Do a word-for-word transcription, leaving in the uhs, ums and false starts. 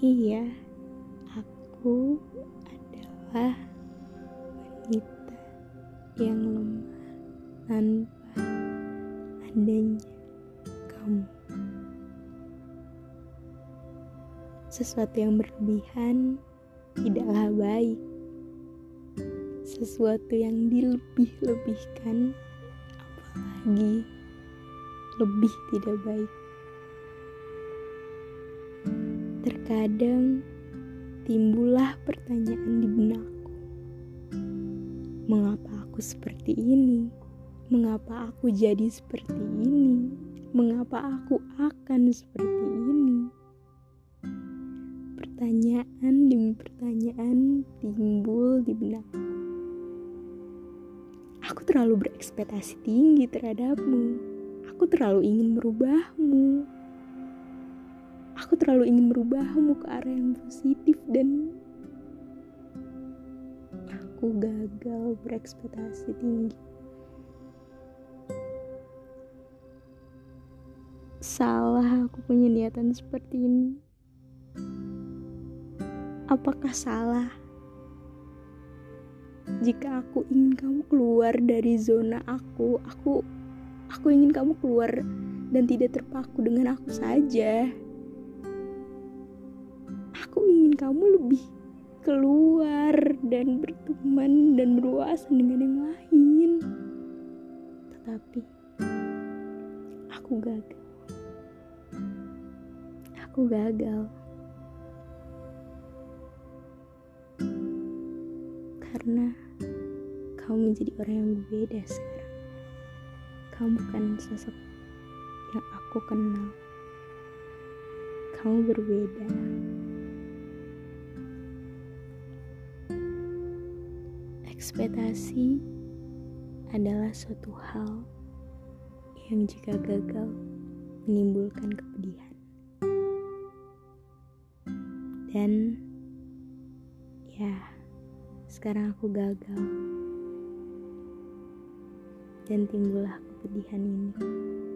Iya, aku adalah wanita yang lemah tanpa adanya kamu. Sesuatu yang berlebihan tidaklah baik. Sesuatu yang dilebih-lebihkan apalagi lebih tidak baik. Terkadang timbullah pertanyaan di benakku. Mengapa aku seperti ini? Mengapa aku jadi seperti ini? Mengapa aku akan seperti ini? Pertanyaan demi pertanyaan timbul di benakku. Aku terlalu berekspektasi tinggi terhadapmu. Aku terlalu ingin merubahmu. Aku terlalu ingin merubahmu ke arah yang positif dan aku gagal berekspektasi tinggi. Salah aku punya niatan seperti ini. Apakah salah jika aku ingin kamu keluar dari zona aku? Aku aku ingin kamu keluar dan tidak terpaku dengan aku saja. Aku ingin kamu lebih keluar dan berteman dan berwawasan dengan yang lain. Tetapi aku gagal. Aku gagal. Karena kamu menjadi orang yang berbeda sekarang. Kamu bukan sosok yang aku kenal. Kamu berbeda. Ekspektasi adalah suatu hal yang jika gagal menimbulkan kepedihan. Dan ya, sekarang aku gagal dan timbullah kepedihan ini.